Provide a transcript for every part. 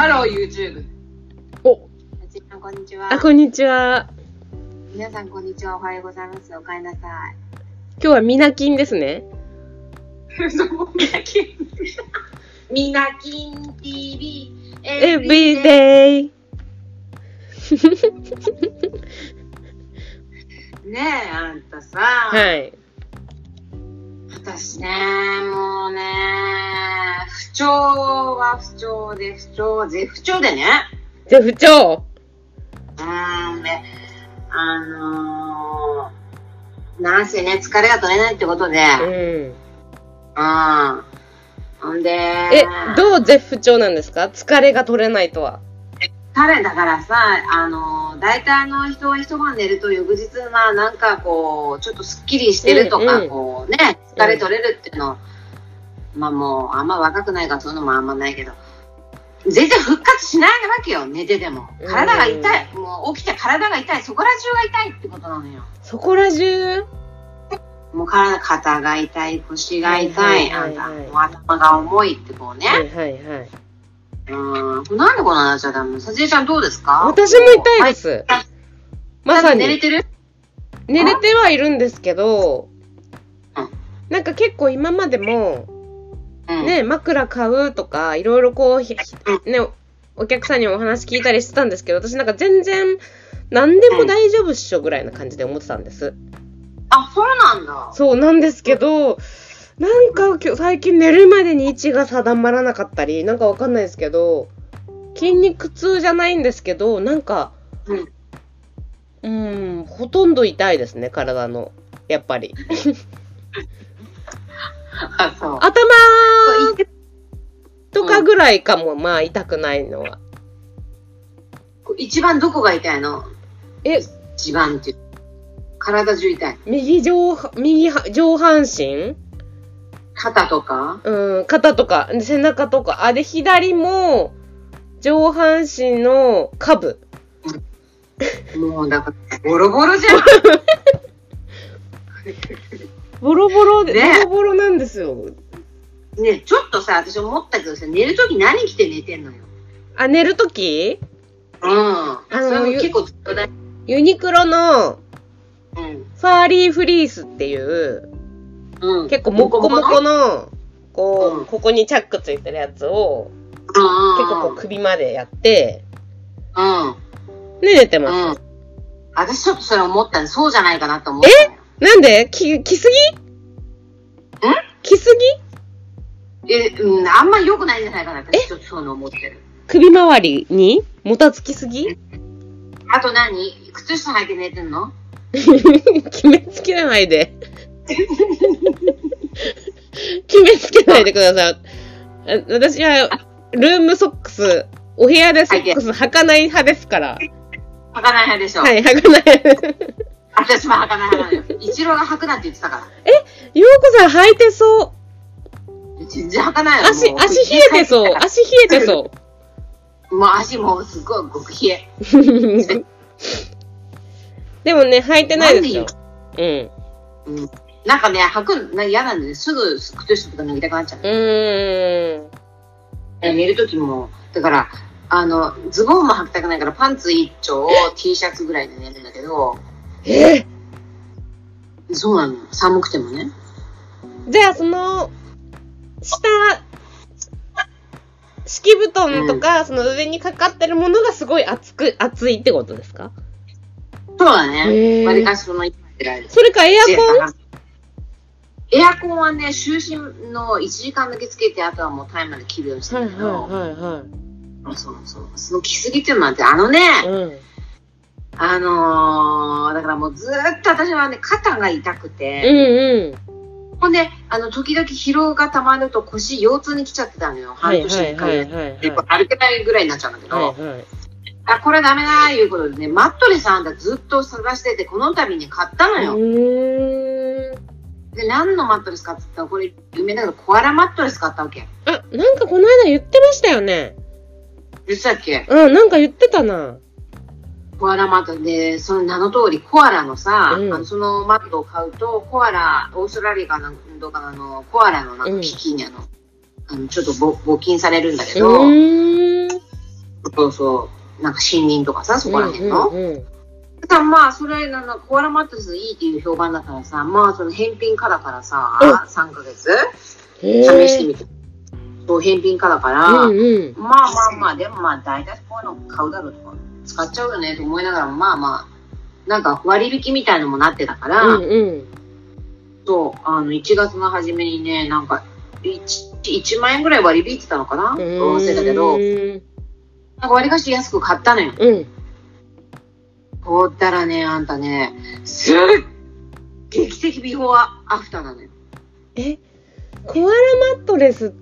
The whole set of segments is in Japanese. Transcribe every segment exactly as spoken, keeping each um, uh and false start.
ハロー YouTube。 お、 こんにちは。 あ、こんにちは。 皆さんこんにちは。おはようございます。おかえりなさい。 今日はミナキンですね。 そう、ミナキン。ミナキン ティーブイ Every day。 ねえ、あんたさ。 はい。 私ね、もうね、不調は不調で、不調、絶不調でね。 絶不調。 うーん、で、あのー、なんせね、疲れが取れないってことで。うん。うん。んで、 え、どう絶不調なんですか？疲れが取れないとは。 彼だからさ、あの、大体の人は一晩寝ると翌日はなんかこう、ちょっとスッキリしてるとか、うんうん、こうね、疲れ取れるっていうの、うん、まあもうあんま若くないからそういうのもあんまないけど、全然復活しないわけよ、寝てても。体が痛い。うん、もう起きて体が痛い。そこら中が痛いってことなのよ。 そこら中？ もう体、肩が痛い、腰が痛い、あんた、もう頭が重いってこうね。 はいはいはい。 うん。なんでこんな話しちゃダメ？さちえちゃんどうですか？ 私も痛いです。はい、 まさに。寝れてる？ 寝れてはいるんですけど、うん、なんか結構今までも、うん、ね、枕買うとか、いろいろこう、うん、ね、お客さんにお話聞いたりしてたんですけど、私なんか全然、何でも大丈夫っしょぐらいな感じで思ってたんです。うん、 あ、そうなんだ。 そうなんですけど、なんか最近寝るまでに位置が定まらなかったり、なんかわかんないですけど、筋肉痛じゃないんですけど、なんか、うん、うーん、ほとんど痛いですね、体の。やっぱり。 あ、そう。 頭とかぐらいかも、うん、まあ痛くないのは。 一番どこが痛いの？ え、 一番っていう。体中痛い。 右上、右上半身？ 肩とか？ うん、肩とか、背中とか。あ、で、左も、上半身の下部。 もう、だから、ボロボロじゃん。 ボロボロで、ね、ボロボロなんですよ。 ね、ちょっとさ、私思ったけどさ、寝るとき何着て寝てんのよ。 あ、寝るとき？ うん。あの、結構、 ユニクロの、うん、ファーリーフリースっていう、うん、結構モコモコの、こう、うん、ここにチャックついてるやつを、うん、結構こう首までやって、うん。で、寝てます。うん。 私ちょっとそれ思ったんで、そうじゃないかなと思ったのよ。 え？なんで？き、着すぎ？ん？着すぎ？え、うん、あんまり良くないんじゃないかなって、ちょっとそういうの思ってる。 首周りにもたつきすぎ？ あと何？靴下履いて寝てんの？ 決めつけないで。決めつけないでください。私は、ルームソックス、お部屋でソックス履かない派ですから。 履かない派でしょ？ はい、履かない派。 私も履かない派なのよ。一郎が履くなんて言ってたから。 え、ようこさん履いてそう。 全然履かないの。 足、足冷えてそう。足冷えてそう。 もう足もうすごい極冷え。 でもね、履いてないですよ。うん。 うん。なんかね、履くの嫌なんで、ね、すぐ靴下とか脱ぎたくなっちゃう。うーん。寝るときも、だから、あの、ズボンも履きたくないから、パンツ一丁、T シャツぐらいで寝るんだけど。 えそうなの。寒くてもね。 じゃあ、その、下、敷布団とか、うん、その上にかかってるものがすごい熱く、熱いってことですか？ そうだね。割りかしそのそれかエアコン？ エアコンはね、就寝のいちじかんだけつけて、あとはもうタイマーで切るようにしてるけど。はいはいはいはい。そうそう。その着すぎっていうのなんて、あのね、うん、あのー、だからもうずーっと私はね、肩が痛くて。うんうん。ほんで、あの、時々疲労が溜まると腰、腰痛に来ちゃってたのよ。半年にいっかい。歩けないぐらいになっちゃうんだけど。はいはい、あ、これダメだーいうことでね、マットレスあんたずっと探してて、この度に買ったのよ。うーん。で、何のマットレスかって言ったら、これ有名だけど、コアラマットレス買ったわけ。 あ、なんかこの間言ってましたよね。 言ってたっけ？ うん、なんか言ってたな。 コアラマットで、その名の通り、コアラのさ、うん、あのそのマットを買うと、コアラ、オーストラリアかなんどうかの、コアラのなんか基金にあの、うん、あのちょっとぼ募金されるんだけど、うーんそうそう、なんか森林とかさ、そこら辺の。うんうんうん、だまあ、それ、なんかコアラマットレスいいっていう評判だからさ、まあ、その返品からからさ、さんかげつ試してみて。そう、返品からから、うんうん、まあまあまあ、でもまあ、大体こういうの買うだろうとか、使っちゃうよねと思いながらも、まあまあ、なんか割引みたいのもなってたから、うんうん、そう、あの、いちがつの初めにね、なんか1、いちまんえんぐらい割り引いてたのかな忘れたけど、なんか割りかし安く買ったのよ。うん。そうったらね、あんたね、すっ劇的ビフォーアフターなのよ。 え、コアラマットレスって、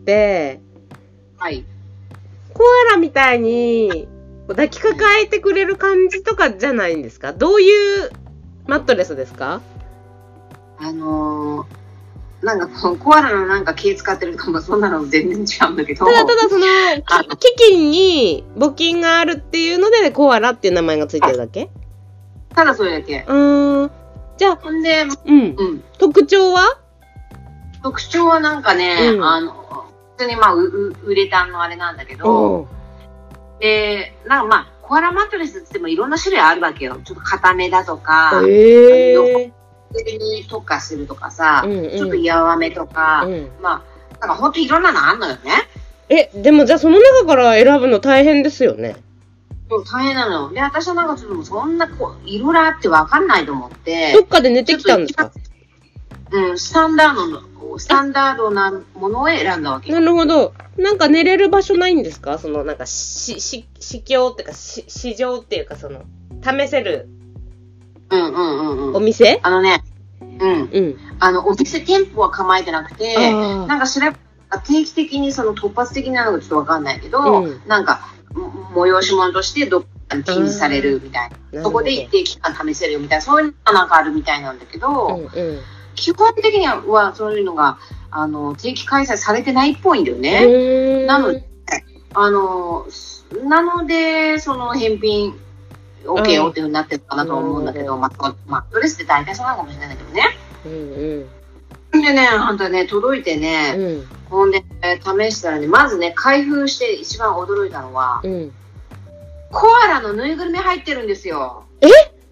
はい。 コアラみたいに抱きかかえてくれる感じとかじゃないんですか？どういうマットレスですか？ あのー、なんかコアラのなんか気使ってるとかもそんなの全然違うんだけど。 ただただその基金に募金があるっていうのでコアラっていう名前がついてるだけ？ ただそれだけ。 うーん。じゃあ、 ほんで、 うん、うん。特徴は？ 特徴はなんかね、うん、あの、普通にまあ、ウレタンのあれなんだけど、で、なんかまあ、コアラマットレスって言ってもいろんな種類あるわけよ。ちょっと固めだとか、 えー、 横に特化するとかさ、うんうん、ちょっと柔めとか、うん、まあ、なんかほんといろんなのあんのよね。 え、でもじゃあその中から選ぶの大変ですよね。 そう大変なの。で、私はなんかちょっとそんなこう、いろいろあってわかんないと思って、 どっかで寝てきたんですか？ うん、スタンダードの、スタンダードなものを選んだわけ。 なるほど。なんか寝れる場所ないんですか？そのなんかし、し、市況っていうか、し、市場っていうかその、試せる。 うんうんうんうん。 お店？ あのね、うん。うん。あの、お店店舗は構えてなくて、なんかそれ、定期的にその突発的なのがちょっとわかんないけど、うん、なんか、催し物としてどっかに禁止されるみたいな。そこで一定期間試せるよみたいな、そういうのがなんかあるみたいなんだけど、うんうん、基本的にはそういうのがあの定期開催されてないっぽいんだよね。なので、あの、なので、その返品 OK よっていうふうになってるかなと思うんだけど、うん、まあ、マットレスって大体そうなのかもしれないけどね。うんうん、でね、あんたね、届いてね、うん、ほんで、試したらね、まずね、開封して一番驚いたのは、うん、コアラのぬいぐるみ入ってるんですよ。 え？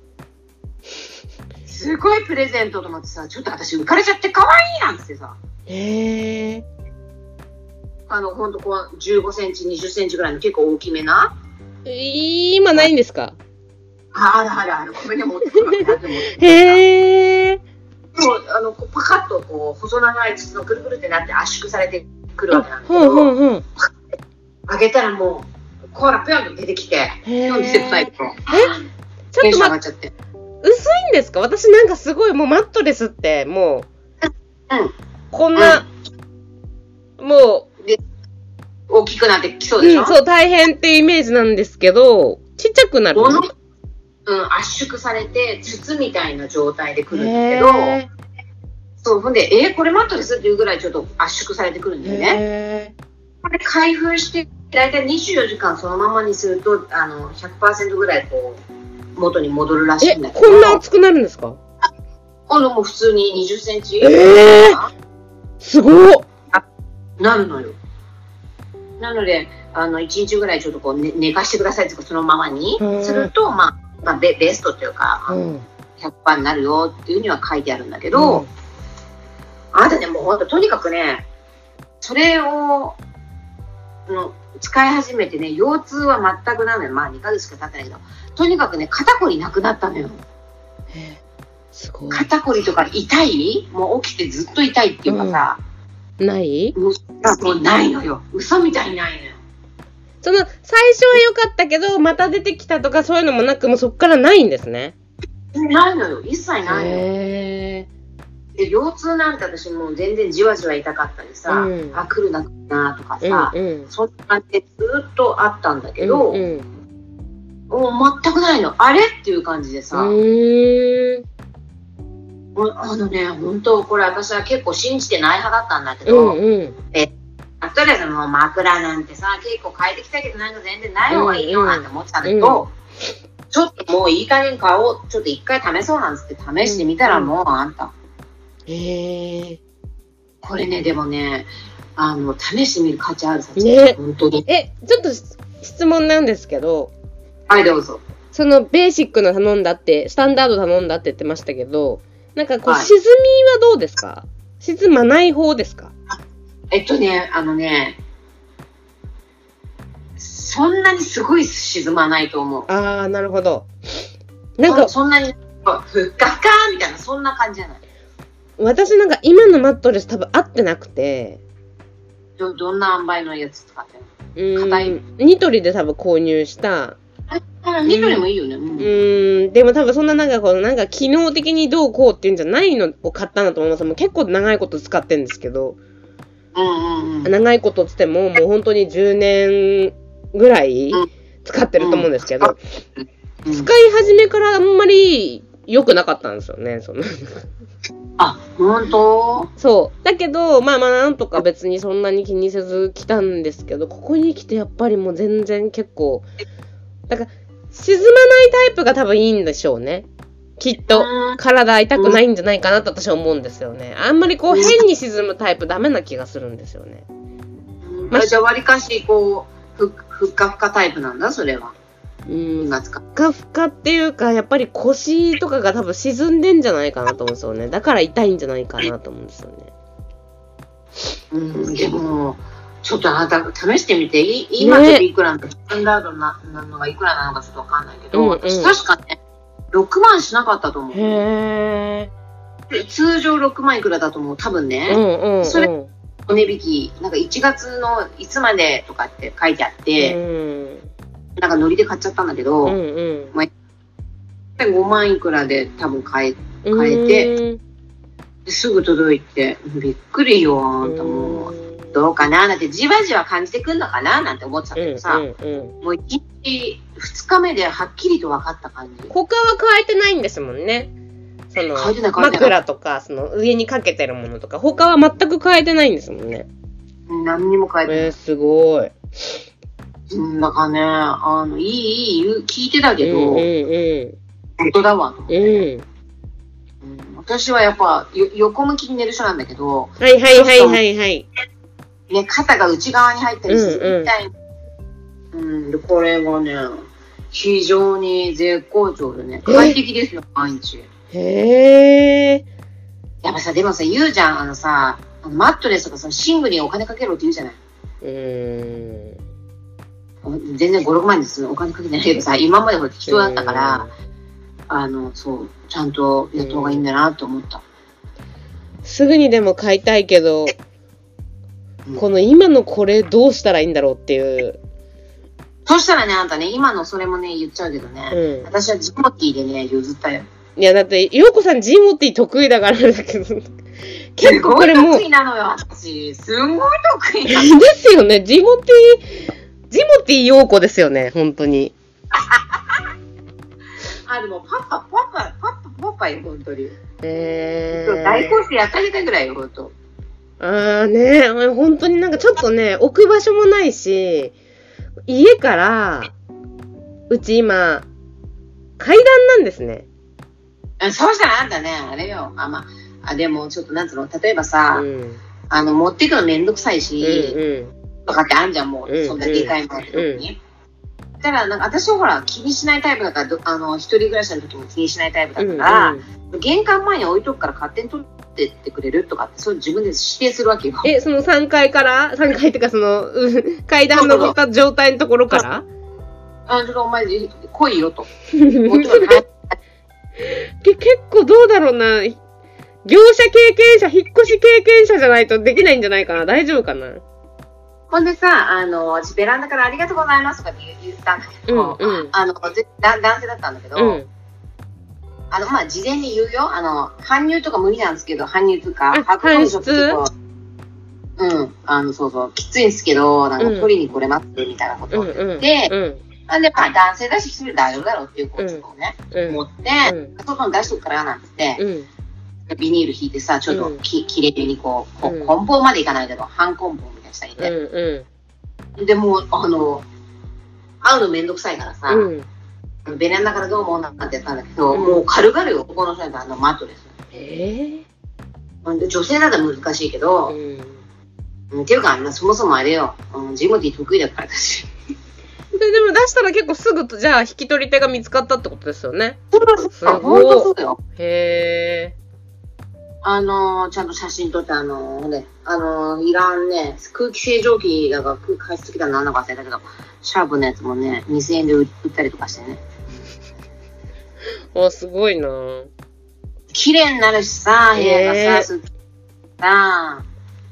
すごいプレゼントと思ってさ、ちょっと私浮かれちゃって可愛いなんつってさ。 へー。 あの、ほんとこう、じゅうごセンチ、にじゅっセンチぐらいの結構大きめな。 今ないんですか？ あるあるある。これで持ってくるわけ。 へー。 そう、あの、パカッとこう、細長い筒のくるくるってなって圧縮されてくるわけなんだけど、うんうんうん、開けたらもう、コアラぴょんと出てきて、ぴょん出てこないと。え？ ちょっと待って。薄いんですか？私なんかすごいもうマットレスってもう、うん、こんな、うん、もうで大きくなってきそうでしょ、 うん、そう大変っていうイメージなんですけど、ちっちゃくなるの、 うん、圧縮されて筒みたいな状態でくるんだけど、そうほんでえこれマットレスっていうぐらいちょっと圧縮されてくるんだよね。これ開封してだいたいにじゅうよじかんそのままにするとあの ひゃくパーセント ぐらいこう元に戻るらしいんだけど。 こんな厚くなるんですか？ 今度も普通ににじゅっセンチ。 えー、すごっ。 なるのよ。なので、あの、いちにちぐらいちょっとこう、ね、寝かしてくださいってそのままにすると、まあ、まあベ、ベストっていうか、うん、ひゃくパーセント になるよっていうふうには書いてあるんだけど、うん、あなたね、もうほんと、とにかくね、それを、の使い始めてね、腰痛は全くないのよ。まあにかげつしか経ってないけど、とにかくね、肩こりなくなったのよ。 へすごい。 肩こりとか痛い？もう起きてずっと痛いっていうかさ。 うん、ない？ もうないのよ。嘘みたいにないのよ。 その、最初は良かったけど、また出てきたとかそういうのもなく、もうそっからないんですね。 ないのよ。一切ないのよ。 へで腰痛なんて私もう全然じわじわ痛かったりさ、うん、あ、来るな来るなとかさ、うんうん、そんな感じでずっとあったんだけど、うんうん、もう全くないの。あれっていう感じでさ、うーんあのね、本当これ私は結構信じてない派だったんだけど、うんうん、えとりあえずもう枕なんてさ、結構変えてきたけどなんか全然ない方がいいよなんて思ってたんだけど、うんうん、ちょっともういい加減買おう、ちょっと一回試そうなんつって試してみたらもうあんた。 へー。 これね、でもね、あの、試してみる価値あるさ、ね、本当に。 え、ちょっと質問なんですけど。 はい、どうぞ。 そのベーシックの頼んだって、スタンダード頼んだって言ってましたけど、なんかこう、 はい、 沈みはどうですか？沈まない方ですか？ えっとね、あのね、そんなにすごい沈まないと思う。 ああ、なるほど。なんか、 そ, そんなに、ふっかふかみたいな、そんな感じじゃない。 私なんか今のマットレス多分合ってなくて。 ど、どんな塩梅のやつ使ってるの？ 硬い。 ニトリで多分購入した。 あ、ニトリもいいよね。うん。 うん、でも多分そんななんかこう、なんか機能的にどうこうっていうんじゃないのを買ったんだと思います。もう結構長いこと使ってるんですけど。 うんうんうん。 長いことつっても、もう本当にじゅうねんぐらい使ってると思うんですけど、うんうん、使い始めからあんまり良くなかったんですよね、その。 あ、ほんと？ そう。だけど、まあまあなんとか別にそんなに気にせず来たんですけど、ここに来てやっぱりもう全然結構、だから、沈まないタイプが多分いいんでしょうね。きっと、体痛くないんじゃないかなと私は思うんですよね。あんまりこう変に沈むタイプダメな気がするんですよね。 まあ、じゃあわりかしこう、ふ、ふっかふかタイプなんだ、それは。 うん。ふっかふかっていうか、やっぱり腰とかが多分沈んでんじゃないかなと思うんですよね。だから痛いんじゃないかなと思うんですよね。 うん、でも、ちょっとあなた試してみて、い今ちょっといくらなの、ね、スタンダードなのがいくらなのかちょっとわかんないけど、うんうん、私確かね、ろくまんしなかったと思う。 へー。通常ろくまんいくらだと思う、多分ね。 うんうんうん、 それ、お値引き、なんかいちがつのいつまでとかって書いてあって、うん、なんかノリで買っちゃったんだけど、うんうんまあ、ごまんいくらで多分買え、買えて、すぐ届いて、びっくりよ、あんたもう。どうかななんてじわじわ感じてくんのかななんて思ってたけどさ、うんうんうん、もういちにちふつかめではっきりと分かった感じ。 他は変えてないんですもんね。その枕とかその上にかけてるものとか他は全く変えてないんですもんね。 何にも変えてない。 えー、すごい。 うんだからねあのいいいい聞いてたけど、うんうんうん、本当だわと思って、うんうん、私はやっぱよ横向きに寝る人なんだけど、 はいはいはいはいはい。 ね、肩が内側に入ったりするみたいな。うん、うん、で、これがね、非常に絶好調でね、快適ですよ、毎日。 へー。 やっぱさ、でもさ、言うじゃん、あのさ、あのマットレスとかさ、寝具にお金かけろって言うじゃない。うーん。全然ご、ろくまんですお金かけてないけどさ、今までほら適当だったから、あの、そう、ちゃんとやった方がいいんだなって思った。 すぐにでも買いたいけど、この今のこれどうしたらいいんだろうっていう。 そしたらね、あんたね、今のそれもね、言っちゃうけどね、うん、私はジモティーでね、譲ったよ。 いや、だって、ヨーコさんジモティー得意だからだけど、 結構これも。得意なのよ、私。すごい得意なの。 ですよね、ジモティー、ジモティーヨーコですよね、本当に。 あ、でもパパ、パパ、パパ、パパよ、本当に。 えー。代行してやってあげたぐらいよ、本当。 ああね、本当になんかちょっとね、置く場所もないし、家から、うち今、階段なんですね。 そうしたらあんたね、あれよ。あ、まあ、あでもちょっとなんつうの、例えばさ、うん、あの、持っていくのめんどくさいし、うんうん、とかってあんじゃん、もう、うんうん、そんなでかいものって時に。だから、なんか私はほら、気にしないタイプだから、あの、一人暮らしの時も気にしないタイプだから、うんうん、玄関前に置いとくから勝手に取って、ってってくれるとかって、そういう自分で指定するわけよ。 え、そのさんかいから、さんかいってかその、うん、階段登った状態のところからあ、ちょっとお前、来いよと。もちろん、はい。結構どうだろうな。業者経験者、引っ越し経験者じゃないとできないんじゃないかな。大丈夫かな。 ほんでさ、あの、私ベランダからありがとうございますとかって言ったんだけど、うんうん、あの、男性だったんだけど、うんあの、まあ、事前に言うよ。あの、搬入とか無理なんですけど、搬入とか、 搬出うん。あの、そうそう、きついんですけど、なんか取りに来れますみたいなことを言って、うんうんうん、なんで、まあ、男性だし、一人大丈夫だろうっていうことをね、うん、思って、うん、外に出しとくからなんつって、うん、ビニール引いてさ、ちょっとき、きれいにこう、こう梱包までいかないけど、半梱包みたいにしてあげて。うんうん、で、もう、あの、会うのめんどくさいからさ、うんベランダからどうもなんてやったんだけど、うん、もう軽々よ、男の人があのマットレス。 えー、女性なら難しいけど、うん、っていうか、そもそもあれよ、ジモティー得意だから私。 で、でも出したら結構すぐと、じゃあ引き取り手が見つかったってことですよね。 そうです。本当そうだよ。 へー。 あのー、ちゃんと写真撮って、あのー、ね、あのー、いらんね、空気清浄機だから空気加湿器だなんだか忘れたけど、シャープのやつもね、にせんえんで売ったりとかしてね。 あ、すごいなぁ。 綺麗になるしさ、部屋がさ、すっさ、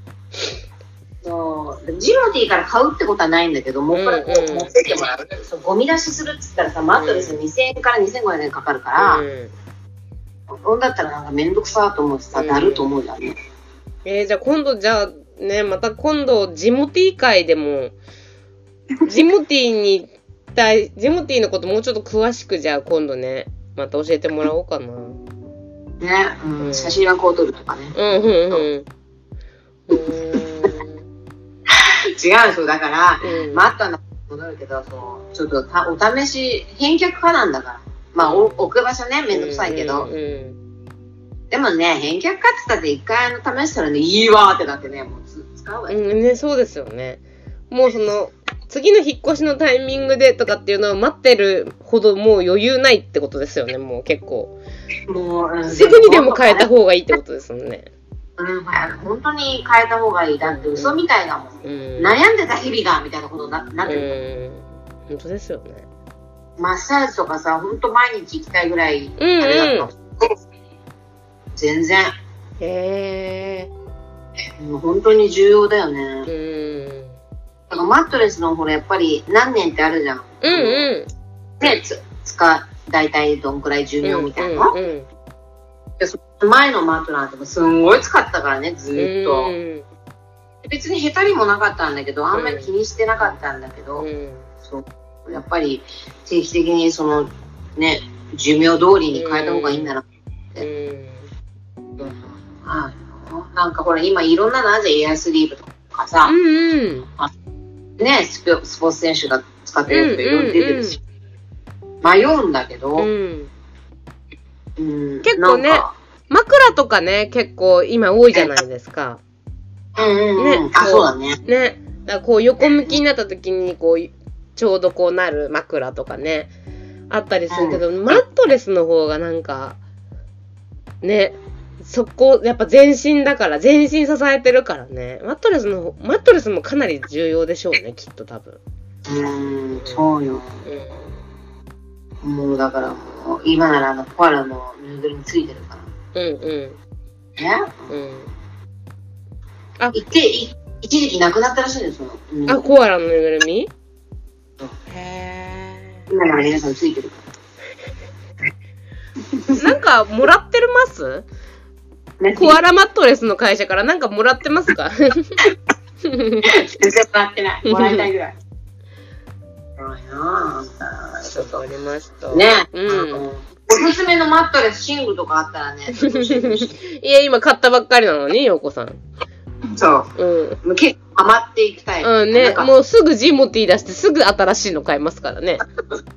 そう、ジモティーから買うってことはないんだけど、もうこれこう持っててもらう。そう、ゴミ出しするっつったらさ、マットレスにせんえんからにせんごひゃくえんかかるから、うんほんだったらなんかめんどくさーと思うしさ、だると思うよね。 えー、じゃあ今度じゃあね、また今度ジモティー会でも、ジモティーに対、ジモティーのこともうちょっと詳しくじゃあ今度ね、また教えてもらおうかな。 ね、うん、写真はこう撮るとかね。 うんうんうん。うーん違うでしょ、だから、うん、まああったの戻るけど、そうちょっとたお試し、返却派なんだから。まあ、置く場所ね、めんどくさいけど。うんうん、でもね、返却かって言ったって一回あの試したらね、いいわーってなってね、もうつ使うわよ、 うん。ね、そうですよね。もうその、次の引っ越しのタイミングでとかっていうのを待ってるほどもう余裕ないってことですよね、もう結構。もう、うん、すぐにでも変えた方がいいってことですもんね。 うん、本当に変えた方がいい。だって嘘みたいなもん。うん、悩んでた日々が、みたいなことになってる。 うん、本当ですよね。 マッサージとかさ、ほんと毎日行きたいぐらい、あれだった。うんうん、全然。 へー。もう本当に重要だよね。うん。だからマットレスのほら、やっぱり何年ってあるじゃん。 うんうん。 で、つ、使、大体どんくらい寿命みたいなの、うんうんうん、でその前のマットなんてもすんごい使ったからね、ずーっと。うん、別に下手にもなかったんだけど、あんまり気にしてなかったんだけど、うん、そう。やっぱり定期的にそのね寿命通りに変えた方がいいんだなって、うんうん、あなんかほら今いろんなのあるじゃん、エアスリーブとかさ、うんうん、ねスポ、スポーツ選手が使ってるやつがいろいろ出てるし、うんうんうん、迷うんだけど、うんうん、結構ね枕とかね結構今多いじゃないですか。 うんうんうん、ね、あそうだね。 ね、だからこう横向きになった時にこうちょうどこうなる枕とかね、あったりするけど、うん、マットレスの方がなんか、ね、そこ、やっぱ全身だから、全身支えてるからね、マットレスの、マットレスもかなり重要でしょうね、きっと多分。 うーん、そうよ。うん、もうだからもう、今ならあの、コアラのぬいぐるみついてるから。うんうん。えうん。あ、一時、一時期なくなったらしいですよ。 うん、あ、コアラのぬいぐるみへー。今なら皆さんついてるから。 なんか、もらってますコアラマットレスの会社からなんかもらってますか全然もらってない。もらいたいぐらい。はいなぁ。ちょっと。 ありました。 ね。うん。おすすめのマットレス、寝具とかあったらね。 いや、今買ったばっかりなのに、ようこさん。 そう。うん。結構ハマっていきたい。 うんね。もうすぐジモティー出してすぐ新しいの買いますからね。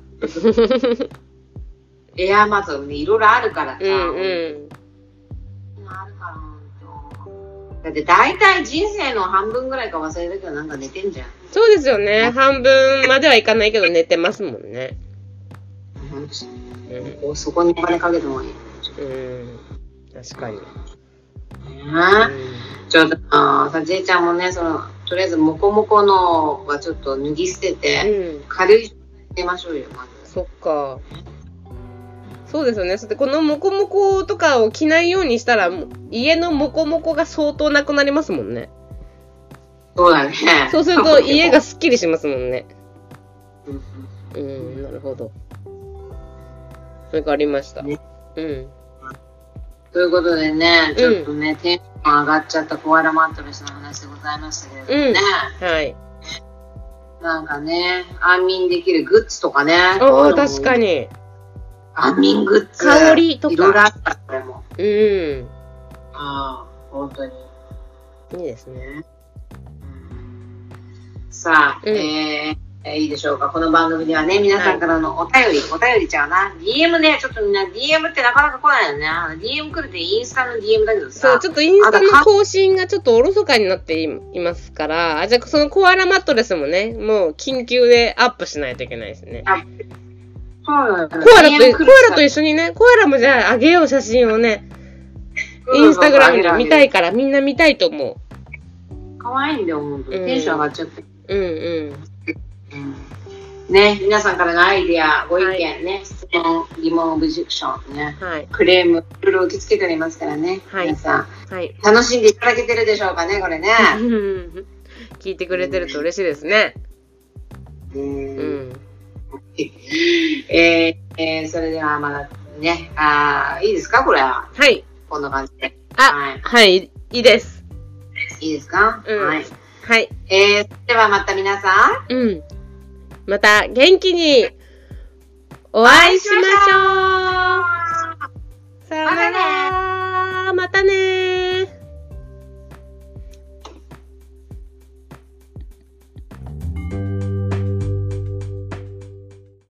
エアーマットね、いろいろあるからさ。うんうん。あるからだって大体人生の半分ぐらいか忘れたけどなんか寝てんじゃん。 そうですよね。半分まではいかないけど寝てますもんね。 うん、そこにお金かけた方がいい。 うん。確かに。ねうん、ちょっとあさじいちゃんもねそのとりあえずモコモコのはちょっと脱ぎ捨てて、うん、軽い寝ましょうよまず。 そっか。そうですよね。そしてこのモコモコとかを着ないようにしたら家のモコモコが相当なくなりますもんね。 そうだね。 そうすると家がすっきりしますもんね。うん、うん、なるほど。わかりました。ね、うん。 ということでね、ちょっとね、うん、テンション上がっちゃったコアラマットレスの話でございましたけれどもね。うん、はい。なんかね、安眠できるグッズとかね。 ああ、確かに。 安眠グッズ。 香りとか。 いろいろあったこれも。 うん。 ああ、本当に。 いいですね。 さあ、うん、えー、 えー、いいでしょうか。この番組ではね、皆さんからのお便り、はい、お便りちゃうな。ディーエム ね、ちょっとみんな ディーエム ってなかなか来ないよね。ディーエム 来るってインスタの ディーエム だけどさ。 そう、ちょっとインスタの更新がちょっとおろそかになっていますから、あ、じゃあそのコアラマットレスもね、もう緊急でアップしないといけないですね。あ、 そうだね。 コアラと、コアラと一緒にね、コアラもじゃああげよう、写真をね。インスタグラムで見たいから、みんな見たいと思う。 可愛いんだよ、ほんと。テンション上がっちゃって。 うんうん。 ね、皆さんからのアイディア、ご意見、はい、ね、質問、疑問、オブジェクション、ね、はい、クレーム、いろいろ受け付けておりますからね、はい、皆さん、はい、楽しんでいただけてるでしょうかね、これね。 聞いてくれてると嬉しいですね。 うん。うんえーえー、それではまだね、あいいですか、これは。 はい。 こんな感じで。 あ、はい、はい、いいです。 いいですか、うん、はい。 はい。 えー、ではまた皆さん。うん。また元気にお会いしましょう。さよなら。またねー。